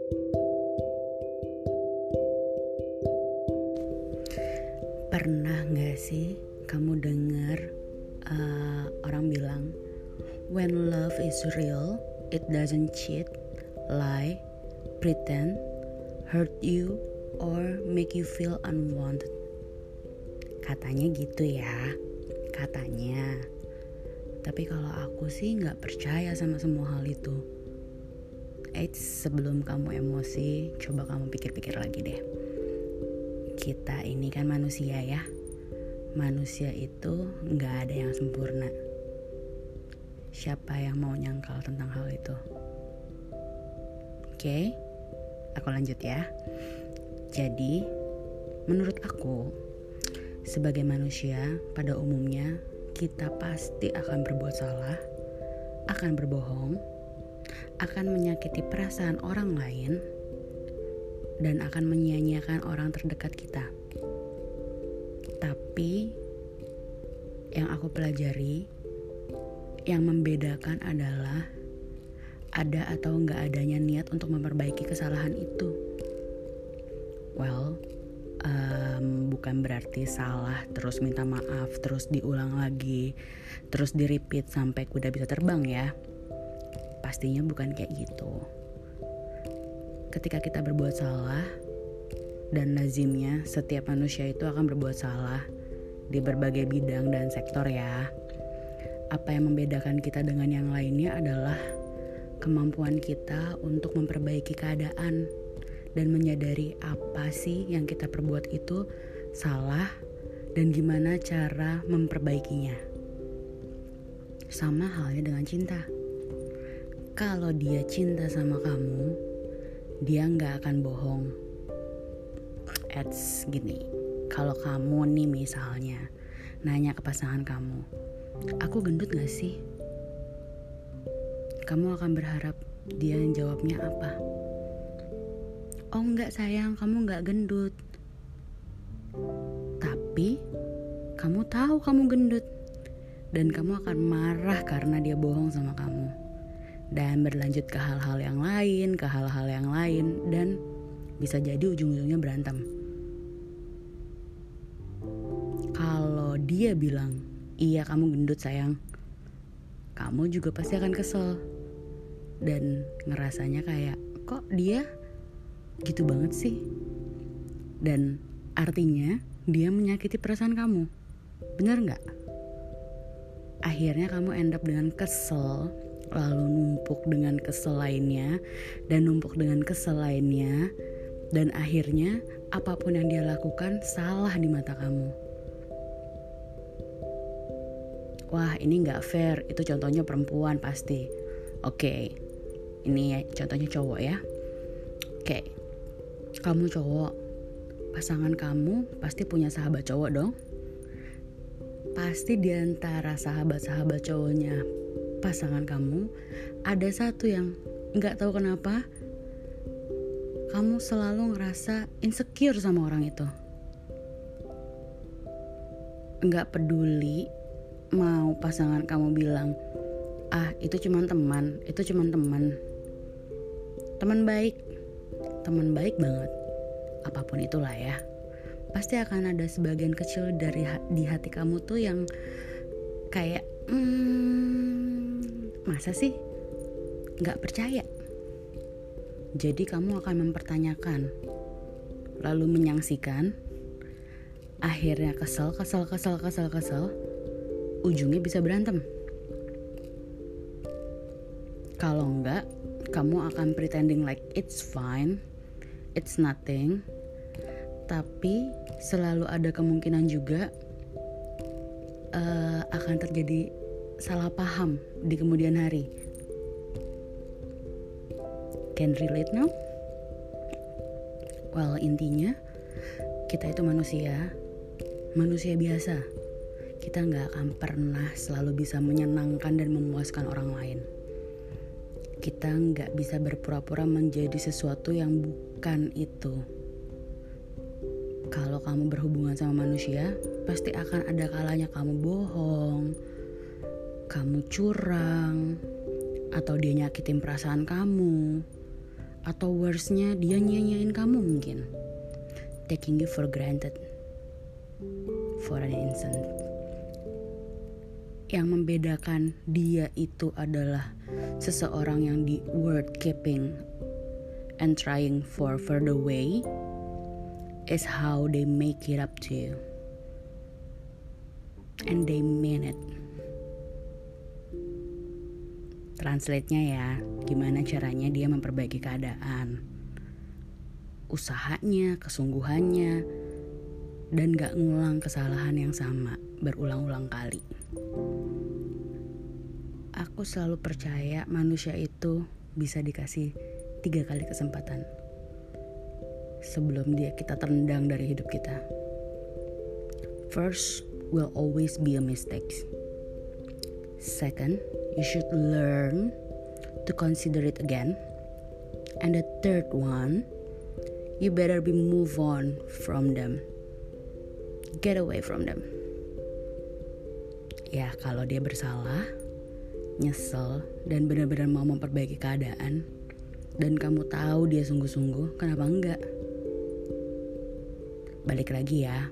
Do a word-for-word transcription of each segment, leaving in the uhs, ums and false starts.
Pernah gak sih kamu dengar uh, orang bilang, when love is real, it doesn't cheat, lie, pretend, hurt you, or make you feel unwanted. Katanya gitu ya, katanya. Tapi kalau aku sih gak percaya sama semua hal itu. Eits, sebelum kamu emosi, coba kamu pikir-pikir lagi deh. Kita ini kan manusia ya. Manusia itu gak ada yang sempurna. Siapa yang mau nyangkal tentang hal itu? Oke, aku lanjut ya. Jadi, menurut aku, sebagai manusia pada umumnya kita pasti akan berbuat salah, akan berbohong, akan menyakiti perasaan orang lain, dan akan menyia-nyiakan orang terdekat kita. Tapi yang aku pelajari, yang membedakan adalah ada atau enggak adanya niat untuk memperbaiki kesalahan itu. Well, um, bukan berarti salah terus minta maaf, terus diulang lagi, terus di repeat sampai kuda bisa terbang ya. Pastinya bukan kayak gitu. Ketika kita berbuat salah, dan lazimnya setiap manusia itu akan berbuat salah di berbagai bidang dan sektor ya. Apa yang membedakan kita dengan yang lainnya adalah kemampuan kita untuk memperbaiki keadaan dan menyadari apa sih yang kita perbuat itu salah dan gimana cara memperbaikinya. Sama halnya dengan cinta. Kalau dia cinta sama kamu, dia gak akan bohong. It's gini, kalau kamu nih misalnya nanya ke pasangan kamu, aku gendut gak sih? Kamu akan berharap dia yang jawabnya apa? Oh enggak sayang, kamu gak gendut. Tapi kamu tahu kamu gendut, dan kamu akan marah karena dia bohong sama kamu, dan berlanjut ke hal-hal yang lain, ke hal-hal yang lain, dan bisa jadi ujung-ujungnya berantem. Kalau dia bilang, iya kamu gendut sayang, kamu juga pasti akan kesel dan ngerasanya kayak, kok dia gitu banget sih? Dan artinya dia menyakiti perasaan kamu, bener gak? Akhirnya kamu end up dengan kesel, lalu numpuk dengan kesel lainnya, dan numpuk dengan kesel lainnya, dan akhirnya apapun yang dia lakukan salah di mata kamu. Wah ini gak fair, itu contohnya perempuan pasti. Oke, ini contohnya cowok ya. Oke, kamu cowok, pasangan kamu pasti punya sahabat cowok dong. Pasti diantara sahabat-sahabat cowoknya pasangan kamu ada satu yang gak tahu kenapa kamu selalu ngerasa insecure sama orang itu. Gak peduli mau pasangan kamu bilang, ah itu cuman teman, itu cuman teman, teman baik, teman baik banget, apapun itulah ya. Pasti akan ada sebagian kecil dari di hati kamu tuh yang kayak, hmm, masa sih? Gak percaya. Jadi kamu akan mempertanyakan, lalu menyangsikan, akhirnya kesel, kesel, kesel, kesel, kesel, ujungnya bisa berantem. Kalau enggak, kamu akan pretending like it's fine, it's nothing, tapi selalu ada kemungkinan juga uh, akan terjadi salah paham di kemudian hari. Can relate now? Well, intinya kita itu manusia, manusia biasa. Kita gak akan pernah selalu bisa menyenangkan dan memuaskan orang lain. Kita gak bisa berpura-pura menjadi sesuatu yang bukan itu. Kalau kamu berhubungan sama manusia, pasti akan ada kalanya kamu bohong, kamu curang, atau dia nyakitin perasaan kamu, Atau worse-nya dia nyanyain kamu mungkin. Taking you for granted. For an instant. Yang membedakan dia itu adalah seseorang yang di word keeping and trying for further way is how they make it up to you. And they mean it. Translate-nya ya, gimana caranya dia memperbaiki keadaan, usahanya, kesungguhannya, dan gak ngulang kesalahan yang sama berulang-ulang kali. Aku selalu percaya manusia itu bisa dikasih tiga kali kesempatan sebelum dia kita tendang dari hidup kita. First will always be a mistake. Second, you should learn to consider it again. And the third one, you better be move on from them. Get away from them. Ya, kalau dia bersalah, nyesel, dan benar-benar mau memperbaiki keadaan, dan kamu tahu dia sungguh-sungguh, kenapa enggak? Balik lagi ya.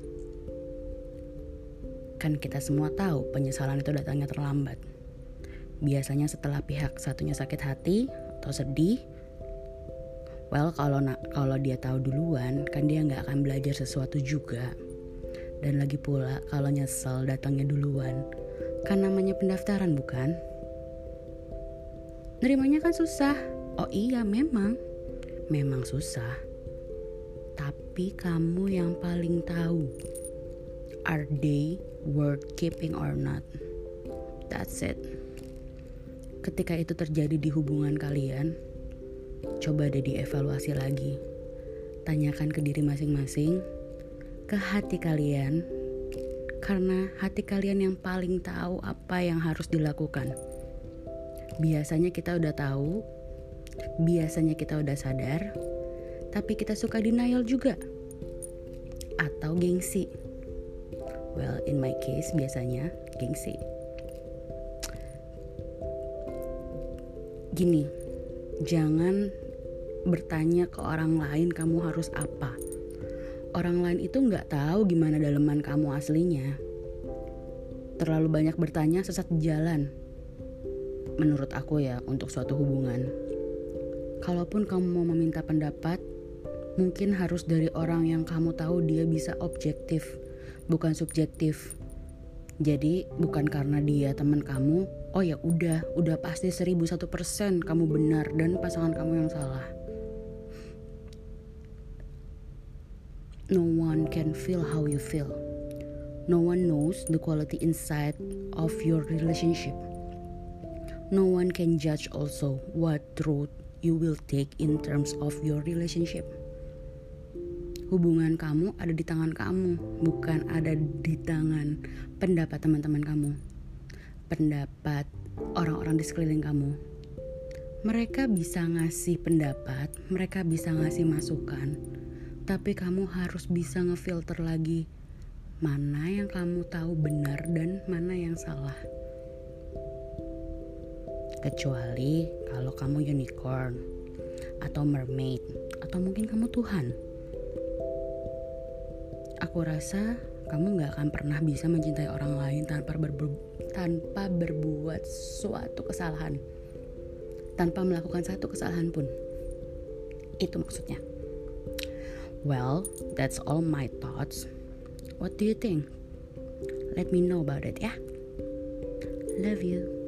Kan kita semua tahu penyesalan itu datangnya terlambat. Biasanya setelah pihak satunya sakit hati atau sedih. Well, kalau na- kalau dia tahu duluan, kan dia nggak akan belajar sesuatu juga. Dan lagi pula kalau nyesel datangnya duluan, kan namanya pendaftaran bukan? Nerimanya kan susah. Oh iya memang, memang susah. Tapi kamu yang paling tahu. Are they worth keeping or not? That's it. Ketika itu terjadi di hubungan kalian, coba deh dievaluasi lagi. Tanyakan ke diri masing-masing, ke hati kalian, karena hati kalian yang paling tahu apa yang harus dilakukan. Biasanya kita udah tahu, biasanya kita udah sadar, tapi kita suka denial juga. Atau gengsi. Well, in my case biasanya gengsi. Gini, jangan bertanya ke orang lain kamu harus apa. Orang lain itu gak tahu gimana daleman kamu aslinya. Terlalu banyak bertanya sesat di jalan. Menurut aku ya, untuk suatu hubungan. Kalaupun kamu mau meminta pendapat, mungkin harus dari orang yang kamu tahu dia bisa objektif, bukan subjektif. Jadi bukan karena dia teman kamu, oh ya udah, udah pasti seribu satu persen kamu benar dan pasangan kamu yang salah. No one can feel how you feel. No one knows the quality inside of your relationship. No one can judge also what road you will take in terms of your relationship. Hubungan kamu ada di tangan kamu, bukan ada di tangan pendapat teman-teman kamu, pendapat orang-orang di sekeliling kamu. Mereka bisa ngasih pendapat, mereka bisa ngasih masukan, tapi kamu harus bisa ngefilter lagi mana yang kamu tahu benar dan mana yang salah. Kecuali kalau kamu unicorn atau mermaid atau mungkin kamu Tuhan. Aku rasa kamu gak akan pernah bisa mencintai orang lain tanpa, berbu- tanpa berbuat suatu kesalahan, tanpa melakukan satu kesalahan pun. Itu maksudnya. Well, that's all my thoughts. What do you think? Let me know about it ya. Love you.